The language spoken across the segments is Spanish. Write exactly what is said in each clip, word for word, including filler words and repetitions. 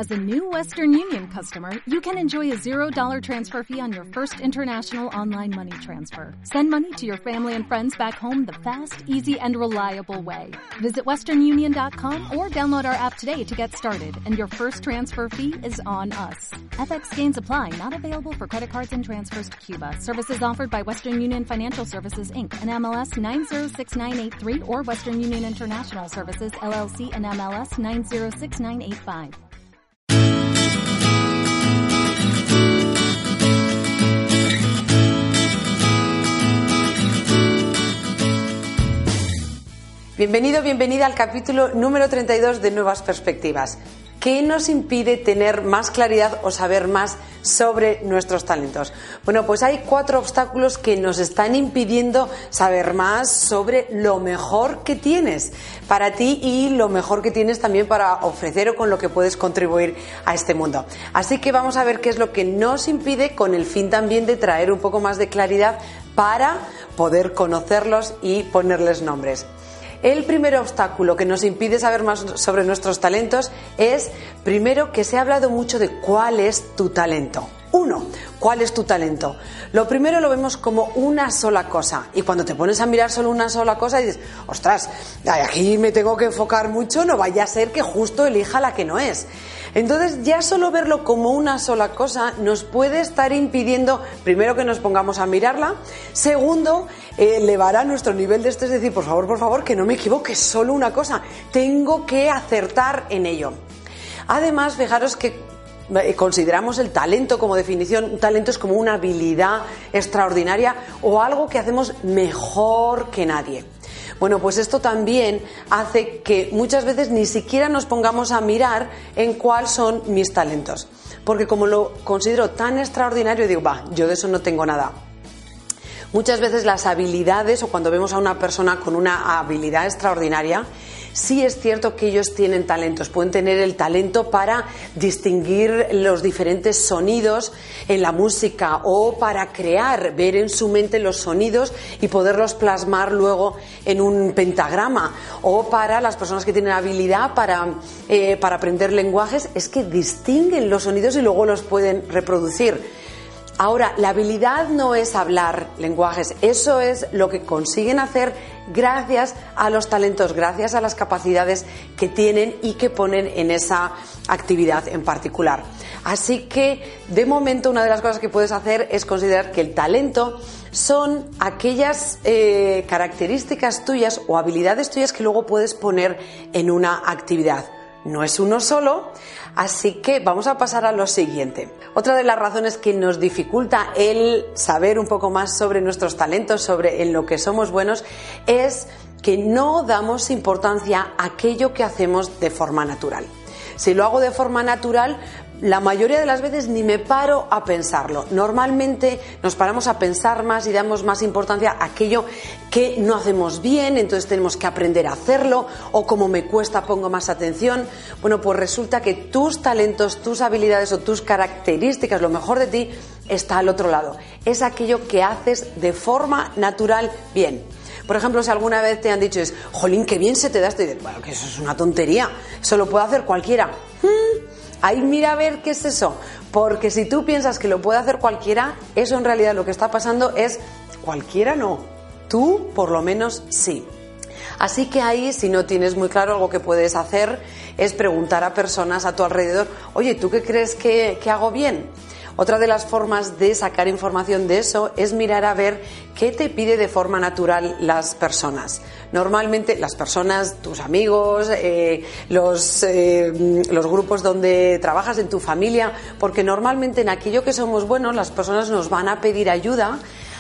As a new Western Union customer, you can enjoy a zero dollar transfer fee on your first international online money transfer. Send money to your family and friends back home the fast, easy, and reliable way. Visit western union dot com or download our app today to get started, and your first transfer fee is on us. F X gains apply, not available for credit cards and transfers to Cuba. Services offered by Western Union Financial Services, Incorporated, and M L S nine zero six nine eight three or Western Union International Services, L L C, and M L S nine zero six nine eight five. Bienvenido, bienvenida al capítulo número treinta y dos de Nuevas Perspectivas. ¿Qué nos impide tener más claridad o saber más sobre nuestros talentos? Bueno, pues hay cuatro obstáculos que nos están impidiendo saber más sobre lo mejor que tienes para ti y lo mejor que tienes también para ofrecer o con lo que puedes contribuir a este mundo. Así que vamos a ver qué es lo que nos impide, con el fin también de traer un poco más de claridad para poder conocerlos y ponerles nombres. El primer obstáculo que nos impide saber más sobre nuestros talentos es, primero, que se ha hablado mucho de cuál es tu talento. Uno, ¿cuál es tu talento? Lo primero lo vemos como una sola cosa, y cuando te pones a mirar solo una sola cosa dices, ostras, aquí me tengo que enfocar mucho, no vaya a ser que justo elija la que no es. Entonces ya solo verlo como una sola cosa nos puede estar impidiendo, primero, que nos pongamos a mirarla, segundo, eh, elevará nuestro nivel de estrés, es decir, por favor, por favor, que no me equivoque, es solo una cosa, tengo que acertar en ello. Además, fijaros que consideramos el talento como definición, un talento es como una habilidad extraordinaria o algo que hacemos mejor que nadie. Bueno, pues esto también hace que muchas veces ni siquiera nos pongamos a mirar en cuáles son mis talentos, porque como lo considero tan extraordinario, digo, va, yo de eso no tengo nada. Muchas veces las habilidades, o cuando vemos a una persona con una habilidad extraordinaria, sí es cierto que ellos tienen talentos, pueden tener el talento para distinguir los diferentes sonidos en la música o para crear, ver en su mente los sonidos y poderlos plasmar luego en un pentagrama, o para las personas que tienen habilidad para, eh, para aprender lenguajes, es que distinguen los sonidos y luego los pueden reproducir. Ahora, la habilidad no es hablar lenguajes, eso es lo que consiguen hacer gracias a los talentos, gracias a las capacidades que tienen y que ponen en esa actividad en particular. Así que, de momento, una de las cosas que puedes hacer es considerar que el talento son aquellas eh, características tuyas o habilidades tuyas que luego puedes poner en una actividad. No es uno solo, así que vamos a pasar a lo siguiente. Otra de las razones que nos dificulta el saber un poco más sobre nuestros talentos, sobre en lo que somos buenos, es que no damos importancia a aquello que hacemos de forma natural. Si lo hago de forma natural, la mayoría de las veces ni me paro a pensarlo. Normalmente nos paramos a pensar más y damos más importancia a aquello que no hacemos bien, entonces tenemos que aprender a hacerlo, o como me cuesta pongo más atención. Bueno, pues resulta que tus talentos, tus habilidades o tus características, lo mejor de ti, está al otro lado. Es aquello que haces de forma natural bien. Por ejemplo, si alguna vez te han dicho, es, jolín, qué bien se te da esto, y dices, bueno, que eso es una tontería, eso lo puede hacer cualquiera. Hmm, ahí mira a ver qué es eso, porque si tú piensas que lo puede hacer cualquiera, eso en realidad lo que está pasando es, cualquiera no, tú por lo menos sí. Así que ahí, si no tienes muy claro, algo que puedes hacer es preguntar a personas a tu alrededor, oye, ¿tú qué crees que, que hago bien? Otra de las formas de sacar información de eso es mirar a ver qué te pide de forma natural las personas. Normalmente las personas, tus amigos, eh, los, eh, los grupos donde trabajas, en tu familia, porque normalmente en aquello que somos buenos las personas nos van a pedir ayuda.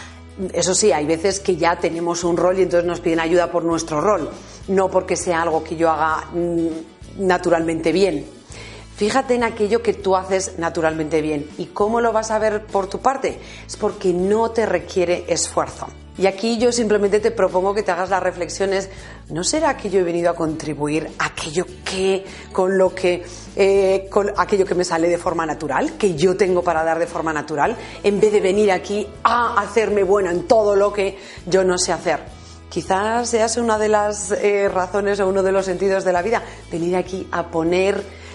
Eso sí, hay veces que ya tenemos un rol y entonces nos piden ayuda por nuestro rol, no porque sea algo que yo haga mm, naturalmente bien. Fíjate en aquello que tú haces naturalmente bien. ¿Y cómo lo vas a ver por tu parte? Es porque no te requiere esfuerzo. Y aquí yo simplemente te propongo que te hagas las reflexiones. ¿No será que yo he venido a contribuir a aquello que, con lo que, eh, con aquello que me sale de forma natural, que yo tengo para dar de forma natural, en vez de venir aquí a hacerme bueno en todo lo que yo no sé hacer? Quizás sea una de las eh, razones o uno de los sentidos de la vida, venir aquí a poner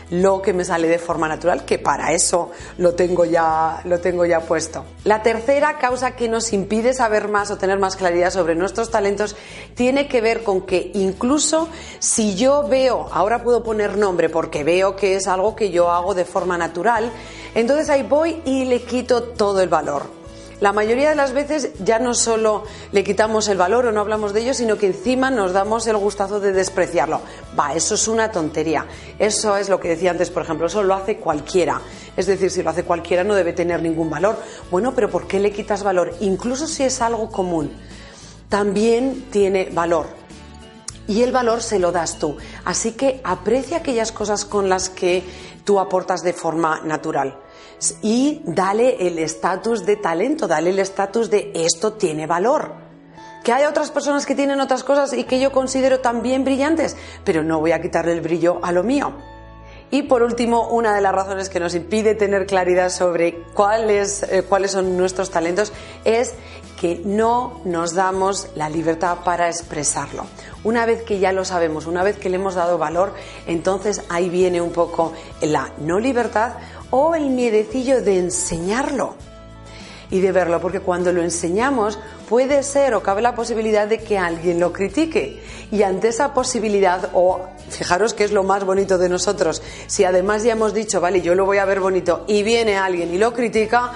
lo que me sale de forma natural, que para eso lo tengo ya, lo tengo ya puesto. La tercera causa que nos impide saber más o tener más claridad sobre nuestros talentos tiene que ver con que incluso si yo veo, ahora puedo poner nombre porque veo que es algo que yo hago de forma natural, entonces ahí voy y le quito todo el valor. La mayoría de las veces ya no solo le quitamos el valor o no hablamos de ello, sino que encima nos damos el gustazo de despreciarlo. Va, eso es una tontería. Eso es lo que decía antes, por ejemplo, eso lo hace cualquiera. Es decir, si lo hace cualquiera no debe tener ningún valor. Bueno, pero ¿por qué le quitas valor? Incluso si es algo común, también tiene valor. Y el valor se lo das tú. Así que aprecia aquellas cosas con las que tú aportas de forma natural. Y dale el estatus de talento, dale el estatus de esto tiene valor. Que haya otras personas que tienen otras cosas y que yo considero también brillantes, pero no voy a quitarle el brillo a lo mío. Y por último, una de las razones que nos impide tener claridad sobre cuáles, eh, cuáles son nuestros talentos es que no nos damos la libertad para expresarlo. Una vez que ya lo sabemos, una vez que le hemos dado valor, entonces ahí viene un poco la no libertad o el miedecillo de enseñarlo y de verlo, porque cuando lo enseñamos puede ser o cabe la posibilidad de que alguien lo critique, y ante esa posibilidad, o fijaros que es lo más bonito de nosotros, si además ya hemos dicho, vale, yo lo voy a ver bonito y viene alguien y lo critica,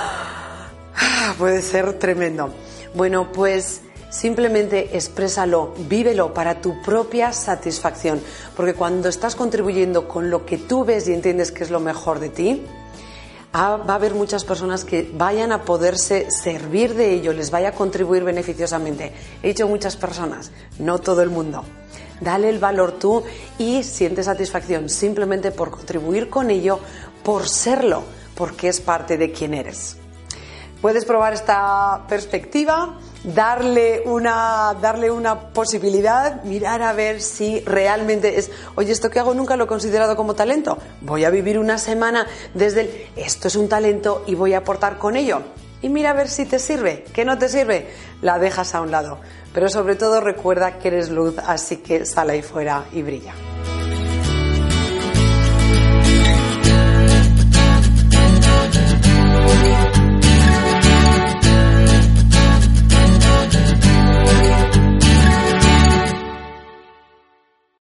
puede ser tremendo. Bueno, pues simplemente exprésalo, vívelo para tu propia satisfacción, porque cuando estás contribuyendo con lo que tú ves y entiendes que es lo mejor de ti, va a haber muchas personas que vayan a poderse servir de ello, les vaya a contribuir beneficiosamente. He dicho muchas personas, no todo el mundo. Dale el valor tú y siente satisfacción simplemente por contribuir con ello, por serlo, porque es parte de quien eres. Puedes probar esta perspectiva, darle una, darle una posibilidad, mirar a ver si realmente es, oye, esto que hago nunca lo he considerado como talento, voy a vivir una semana desde el, esto es un talento y voy a aportar con ello. Y mira a ver si te sirve, que no te sirve, la dejas a un lado. Pero sobre todo recuerda que eres luz, así que sal ahí fuera y brilla.